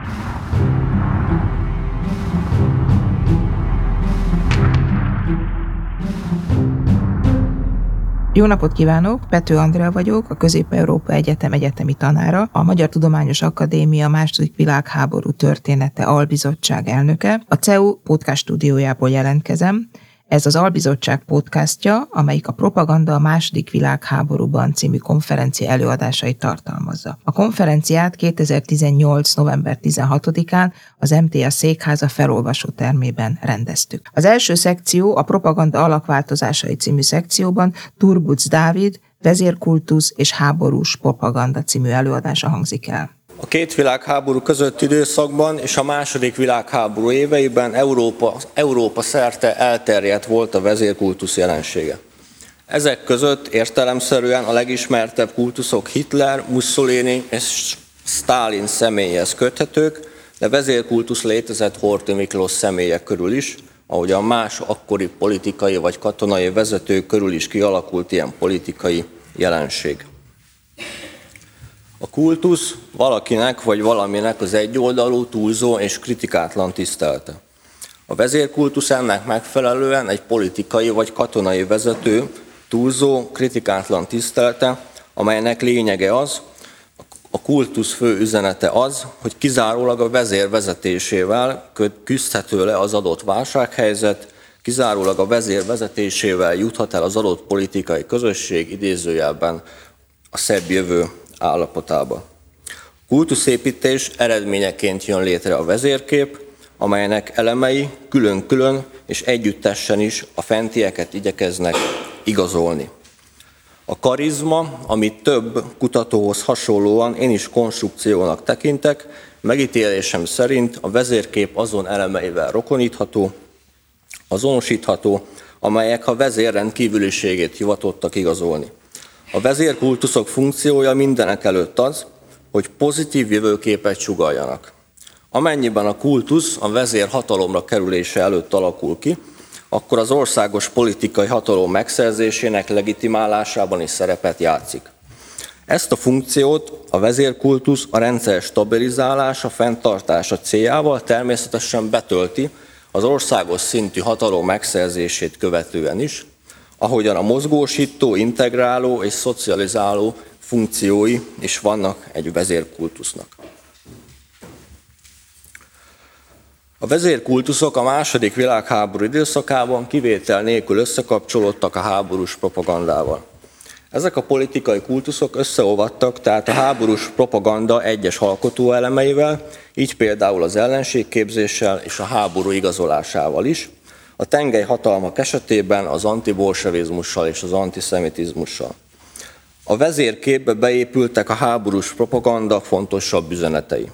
Jó napot kívánok! Pető Andrea vagyok, a Közép-Európa Egyetem egyetemi tanára, a Magyar Tudományos Akadémia II. Világháború története albizottság elnöke. A CEU podcast stúdiójából jelentkezem. Ez az albizottság podcastja, amelyik a Propaganda a II. Világháborúban című konferencia előadásait tartalmazza. A konferenciát 2018. november 16-án az MTA székháza felolvasótermében rendeztük. Az első szekció, a Propaganda alakváltozásai című szekcióban Turbuc Dávid, vezérkultusz és háborús propaganda című előadása hangzik el. A két világháború közötti időszakban és a második világháború éveiben Európa szerte elterjedt volt a vezérkultusz jelensége. Ezek között értelemszerűen a legismertebb kultuszok Hitler, Mussolini és Sztálin személyéhez köthetők, de vezérkultusz létezett Horthy Miklós személye körül is, ahogyan más akkori politikai vagy katonai vezetők körül is kialakult ilyen politikai jelenség. A kultusz valakinek vagy valaminek az egyoldalú, túlzó és kritikátlan tisztelete. A vezérkultusz ennek megfelelően egy politikai vagy katonai vezető túlzó, kritikátlan tisztelete, amelynek lényege az, a kultusz fő üzenete az, hogy kizárólag a vezér vezetésével küzdhető le az adott válsághelyzet, kizárólag a vezér vezetésével juthat el az adott politikai közösség idézőjelben a szebb jövő állapotába. Kultuszépítés eredményeként jön létre a vezérkép, amelynek elemei külön-külön és együttesen is a fentieket igyekeznek igazolni. A karizma, amit több kutatóhoz hasonlóan én is konstrukciónak tekintek, megítélésem szerint a vezérkép azon elemeivel rokonítható, azonosítható, amelyek a vezér rendkívüliségét hivatottak igazolni. A vezérkultuszok funkciója mindenekelőtt az, hogy pozitív jövőképet sugalljanak. Amennyiben a kultusz a vezér hatalomra kerülése előtt alakul ki, akkor az országos politikai hatalom megszerzésének legitimálásában is szerepet játszik. Ezt a funkciót a vezérkultusz a rendszer stabilizálása, fenntartása céljával természetesen betölti az országos szintű hatalom megszerzését követően is, ahogyan a mozgósító, integráló és szocializáló funkciói is vannak egy vezérkultusznak. A vezérkultuszok a második világháború időszakában kivétel nélkül összekapcsolódtak a háborús propagandával. Ezek a politikai kultuszok összeolvadtak tehát a háborús propaganda egyes alkotóelemeivel, így például az ellenségképzéssel és a háború igazolásával is, a tengelyhatalmak esetében az antibolsevizmussal és az antiszemitizmussal. A vezérképbe beépültek a háborús propaganda fontosabb üzenetei.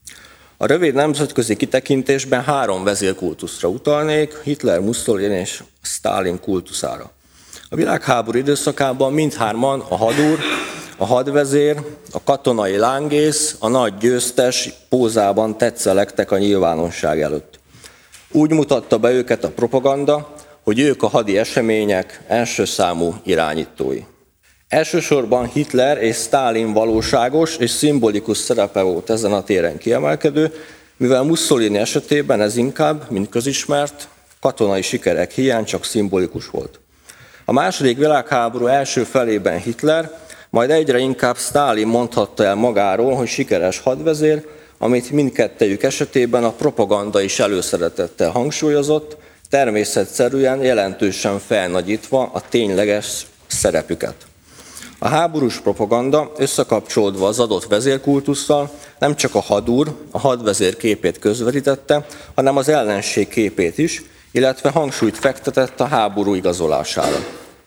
A rövid nemzetközi kitekintésben 3 vezérkultuszra utalnék, Hitler, Mussolini és Sztálin kultuszára. A világháború időszakában mindhárman a hadúr, a hadvezér, a katonai lángész, a nagy győztes pózában tetszelegtek a nyilvánosság előtt. Úgy mutatta be őket a propaganda, hogy ők a hadi események első számú irányítói. Elsősorban Hitler és Sztálin valóságos és szimbolikus szerepe volt ezen a téren kiemelkedő, mivel Mussolini esetében ez inkább, mint közismert, katonai sikerek hiány csak szimbolikus volt. A második világháború első felében Hitler, majd egyre inkább Sztálin mondhatta el magáról, hogy sikeres hadvezér, amit mindkettejük esetében a propaganda is előszeretettel hangsúlyozott, természetszerűen jelentősen felnagyítva a tényleges szerepüket. A háborús propaganda összekapcsolódva az adott vezérkultusszal nem csak a hadúr, a hadvezér képét közvetítette, hanem az ellenség képét is, illetve hangsúlyt fektetett a háború igazolására.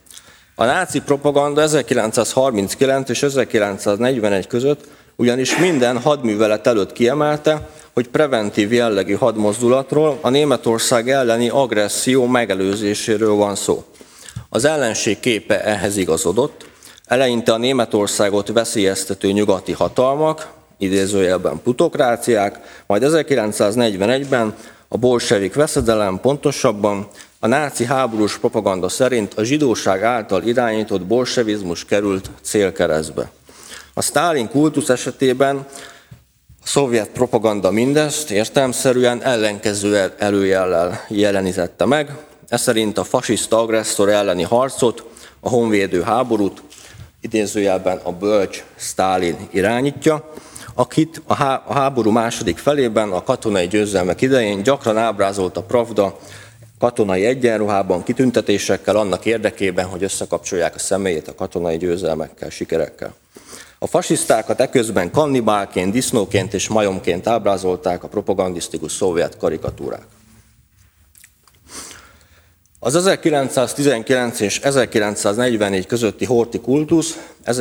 A náci propaganda 1939 és 1941 között ugyanis minden hadművelet előtt kiemelte, hogy preventív jellegű hadmozdulatról, a Németország elleni agresszió megelőzéséről van szó. Az ellenség képe ehhez igazodott, eleinte a Németországot veszélyeztető nyugati hatalmak, idézőjelben plutokráciák, majd 1941-ben a bolsevik veszedelem, pontosabban a náci háborús propaganda szerint a zsidóság által irányított bolsevizmus került célkeresztbe. A Sztálin kultusz esetében A szovjet propaganda mindezt értelemszerűen ellenkező előjellel jelenítette meg, ez szerint a fasiszta agresszor elleni harcot, a honvédő háborút, idézőjelben a bölcs Sztálin irányítja, akit a háború második felében a katonai győzelmek idején gyakran ábrázolt a Pravda katonai egyenruhában, kitüntetésekkel annak érdekében, hogy összekapcsolják a személyét a katonai győzelmekkel, sikerekkel. A fasisztákat eközben kannibálként, disznóként és majomként ábrázolták a propagandisztikus szovjet karikatúrák. Az 1919 és 1944 közötti horthy kultusz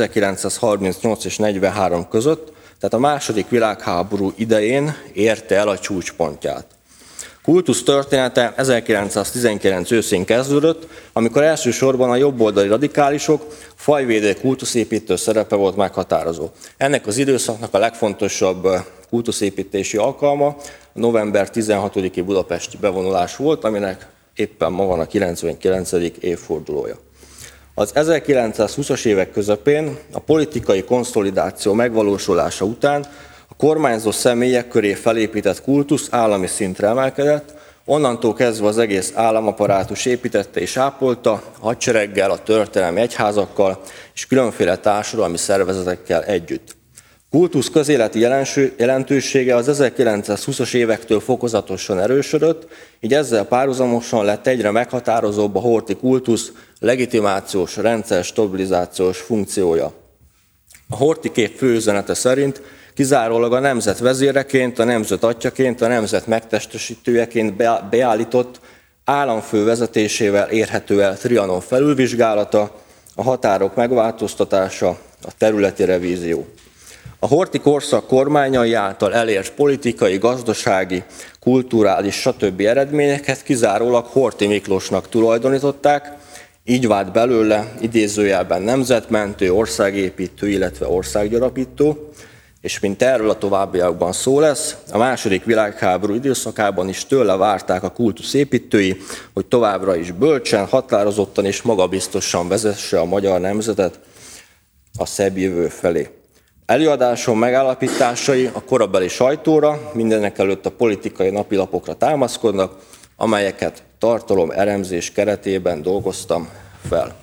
1938 és 43 között, tehát a második világháború idején érte el a csúcspontját. Kultusz története 1919 őszén kezdődött, amikor elsősorban a jobboldali radikálisok fajvédő kultuszépítő szerepe volt meghatározó. Ennek az időszaknak a legfontosabb kultuszépítési alkalma a november 16-i budapesti bevonulás volt, aminek éppen ma van a 99. évfordulója. Az 1920-as évek közepén a politikai konszolidáció megvalósulása után a kormányzó személyek köré felépített kultusz állami szintre emelkedett, onnantól kezdve az egész államaparátus építette és ápolta a hadsereggel, a történelmi egyházakkal és különféle társadalmi szervezetekkel együtt. Kultusz közéleti jelentősége az 1920-as évektől fokozatosan erősödött, így ezzel párhuzamosan lett egyre meghatározóbb a horthy kultusz legitimációs, rendszer stabilizációs funkciója. A horthy kép főüzenete szerint kizárólag a nemzet vezéreként, a nemzet atyaként, a nemzet megtestesítőjeként beállított államfő vezetésével érhető el Trianon felülvizsgálata, a határok megváltoztatása, a területi revízió. A horthy korszak kormányai által elért politikai, gazdasági, kulturális, stb. Eredményeket kizárólag Horthy Miklósnak tulajdonították, így vált belőle idézőjelben nemzetmentő, országépítő, illetve országgyarapító, és mint erről a továbbiakban szó lesz, a második világháború időszakában is tőle várták a kultusz építői, hogy továbbra is bölcsen, határozottan és magabiztosan vezesse a magyar nemzetet a szebb jövő felé. Előadásom megállapításai a korabeli sajtóra, mindenekelőtt a politikai napilapokra támaszkodnak, amelyeket tartalom elemzés keretében dolgoztam fel.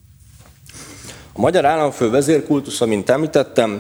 A magyar államfő vezérkultusza, mint említettem,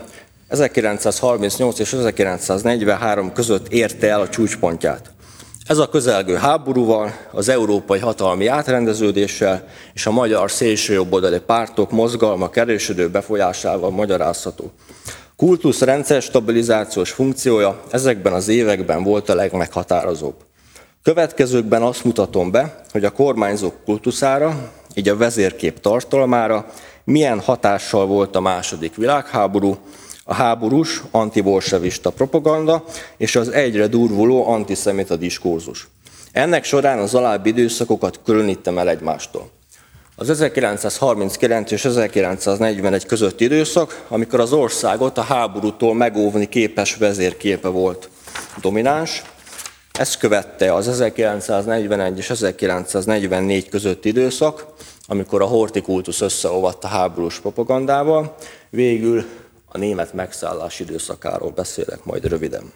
1938 és 1943 között érte el a csúcspontját. Ez a közelgő háborúval, az európai hatalmi átrendeződéssel és a magyar szélsőjobboldali pártok, mozgalmak erősödő befolyásával magyarázható. Kultusz rendszer stabilizációs funkciója ezekben az években volt a legmeghatározóbb. Következőkben azt mutatom be, hogy a kormányzók kultuszára, így a vezérkép tartalmára milyen hatással volt a második világháború, a háborús, antibolsevista propaganda és az egyre durvuló antiszemita diskurzus. Ennek során az alábbi időszakokat különítem el egymástól. Az 1939 és 1941 közötti időszak, amikor az országot a háborútól megóvni képes vezérképe volt domináns. Ezt követte az 1941 és 1944 közötti időszak, amikor a horthy kultusz összeolvadt a háborús propagandával. Végül a német megszállás időszakáról beszélek majd röviden.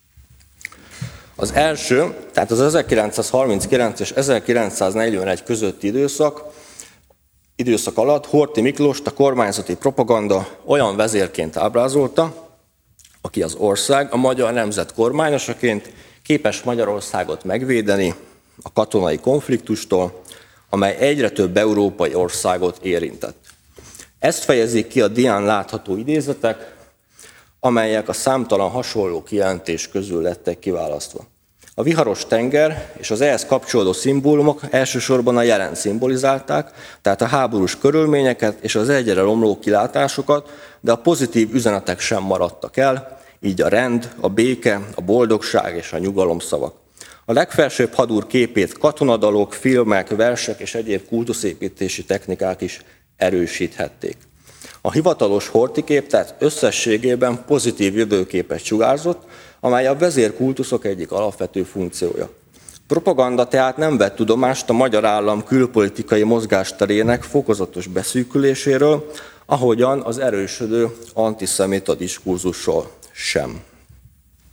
Az első, tehát az 1939 és 1941 közötti időszak alatt Horthy Miklóst a kormányzati propaganda olyan vezérként ábrázolta, aki az ország, a magyar nemzet kormányosaként képes Magyarországot megvédeni a katonai konfliktustól, amely egyre több európai országot érintett. Ezt fejezik ki a dián látható idézetek, amelyek a számtalan hasonló kijelentés közül lettek kiválasztva. A viharos tenger és az ehhez kapcsolódó szimbólumok elsősorban a jelent szimbolizálták, tehát a háborús körülményeket és az egyre romló kilátásokat, de a pozitív üzenetek sem maradtak el, így a rend, a béke, a boldogság és a nyugalom szavak. A legfelsőbb hadúr képét katonadalok, filmek, versek és egyéb kultuszépítési technikák is erősíthették. A hivatalos horthy kép tehát összességében pozitív jövőképet sugárzott, amely a vezérkultuszok egyik alapvető funkciója. Propaganda tehát nem vett tudomást a magyar állam külpolitikai mozgásterének fokozatos beszűküléséről, ahogyan az erősödő antiszemita diskurzusról sem.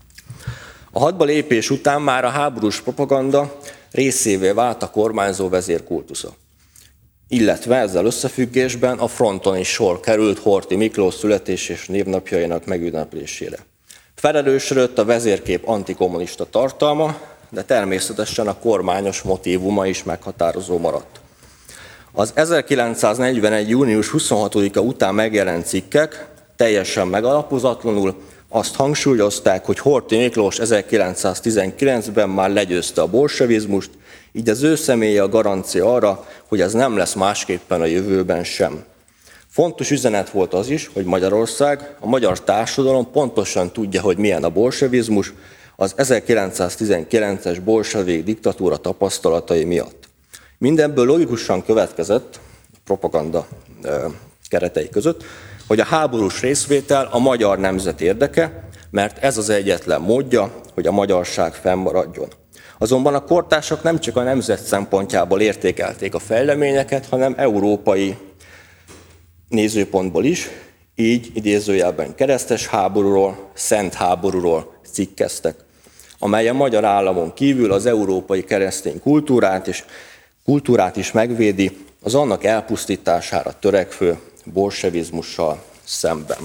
A hadba lépés után már a háborús propaganda részévé vált a kormányzó vezér kultusza. Illetve ezzel összefüggésben a fronton is sor került Horthy Miklós születés és névnapjainak megünneplésére. Felelősödött a vezérkép antikommunista tartalma, de természetesen a kormányos motívuma is meghatározó maradt. Az 1941. június 26-a után megjelent cikkek teljesen megalapozatlanul azt hangsúlyozták, hogy Horthy Miklós 1919-ben már legyőzte a bolsevizmust, így az ő személye a garancia arra, hogy ez nem lesz másképpen a jövőben sem. Fontos üzenet volt az is, hogy Magyarország, a magyar társadalom pontosan tudja, hogy milyen a bolsevizmus az 1919-es bolsevik diktatúra tapasztalatai miatt. Mindenből logikusan következett, propaganda keretei között, hogy a háborús részvétel a magyar nemzet érdeke, mert ez az egyetlen módja, hogy a magyarság fennmaradjon. Azonban a kortársak nem csak a nemzet szempontjából értékelték a fejleményeket, hanem európai nézőpontból is, így idézőjelben keresztes háborúról, szent háborúról cikkeztek, amely a magyar államon kívül az európai keresztény kultúrát is megvédi az annak elpusztítására törekvő bolsevizmussal szemben.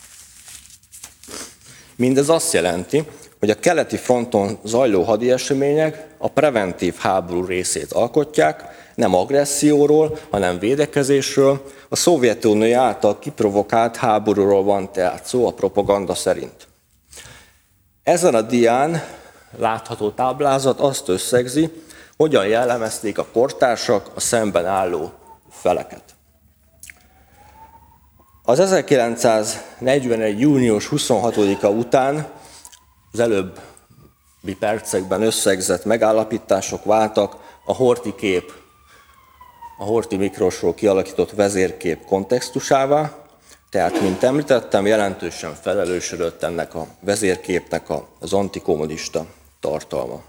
Mindez azt jelenti, hogy a keleti fronton zajló hadiesemények a preventív háború részét alkotják, nem agresszióról, hanem védekezésről, a Szovjetunió által kiprovokált háborúról van tehát szó a propaganda szerint. Ezen a dián látható táblázat azt összegzi, hogyan jellemezték a kortársak a szemben álló feleket. Az 1941. június 26-a után az előbbi percekben összegzett megállapítások váltak a Horthy kép, a Horthy Miklósról kialakított vezérkép kontextusává, tehát, mint említettem, jelentősen felelősödött ennek a vezérképnek az antikommunista tartalma.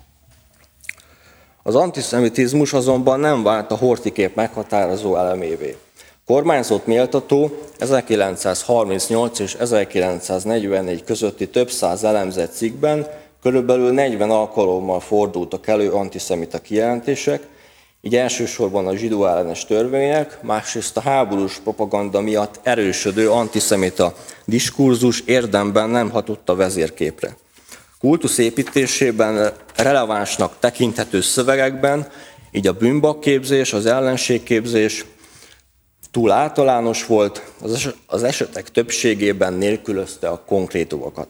Az antiszemitizmus azonban nem vált a Horthy kép meghatározó elemévé. Kormányzót méltató 1938 és 1944 közötti több száz elemzett cikkben körülbelül 40 alkalommal fordultak elő antiszemita kijelentések, így elsősorban a zsidó ellenes törvények, másrészt a háborús propaganda miatt erősödő antiszemita diskurzus érdemben nem hatott a vezérképre. Kultusz építésében relevánsnak tekinthető szövegekben, így a bűnbakképzés, az ellenségképzés túl általános volt, az esetek többségében nélkülözte a konkrétumokat.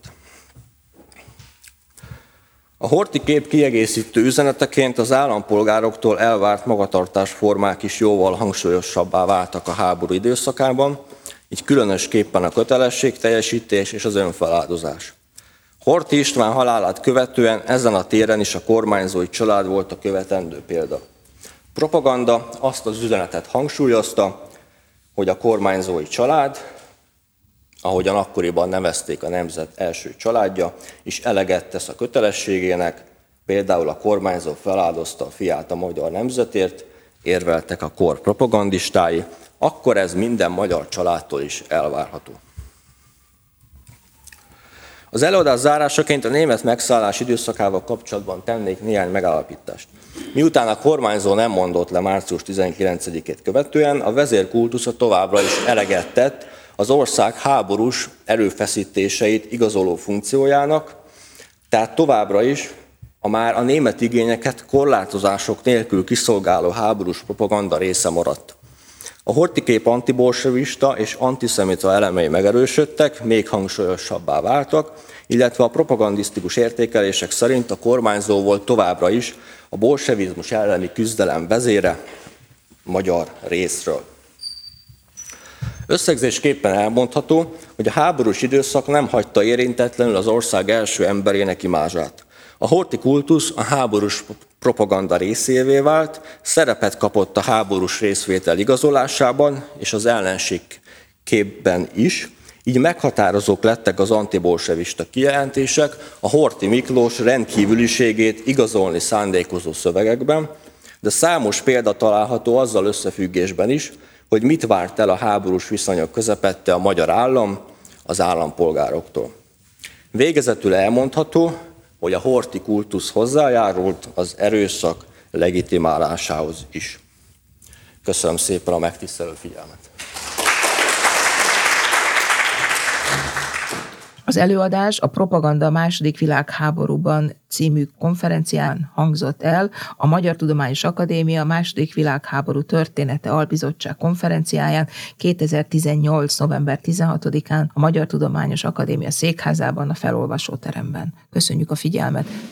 A Horthy kép kiegészítő üzeneteként az állampolgároktól elvárt magatartásformák is jóval hangsúlyosabbá váltak a háború időszakában, így különösképpen a kötelességteljesítés és az önfeláldozás. Horthy István halálát követően ezen a téren is a kormányzói család volt a követendő példa. A propaganda azt az üzenetet hangsúlyozta, hogy a kormányzói család, ahogyan akkoriban nevezték a nemzet első családja, és eleget tesz a kötelességének, például a kormányzó feláldozta a fiát a magyar nemzetért, érveltek a kor propagandistái, akkor ez minden magyar családtól is elvárható. Az előadás zárásaként a német megszállás időszakával kapcsolatban tennék néhány megállapítást. Miután a kormányzó nem mondott le március 19-ét követően, a vezér kultusza továbbra is eleget tett az ország háborús erőfeszítéseit igazoló funkciójának, tehát továbbra is már a német igényeket korlátozások nélkül kiszolgáló háborús propaganda része maradt. A Horthy kép antibolsevista és antiszemita elemei megerősödtek, még hangsúlyosabbá váltak, illetve a propagandisztikus értékelések szerint a kormányzó volt továbbra is a bolsevizmus elleni küzdelem vezére magyar részről. Összegzésképpen elmondható, hogy a háborús időszak nem hagyta érintetlenül az ország első emberének imázsát. A Horthy kultusz a háborús propaganda részévé vált, szerepet kapott a háborús részvétel igazolásában és az ellenség képben is, így meghatározók lettek az antibolsevista kijelentések, a Horthy Miklós rendkívüliségét igazolni szándékozó szövegekben, de számos példa található azzal összefüggésben is, hogy mit várt el a háborús viszonyok közepette a magyar állam az állampolgároktól. Végezetül elmondható, hogy a horthy kultusz hozzájárult az erőszak legitimálásához is. Köszönöm szépen a megtisztelő figyelmet! Az előadás a Propaganda a második világháborúban című konferencián hangzott el a Magyar Tudományos Akadémia második világháború története albizottság konferenciáján 2018. november 16-án a Magyar Tudományos Akadémia székházában, a felolvasóteremben. Köszönjük a figyelmet!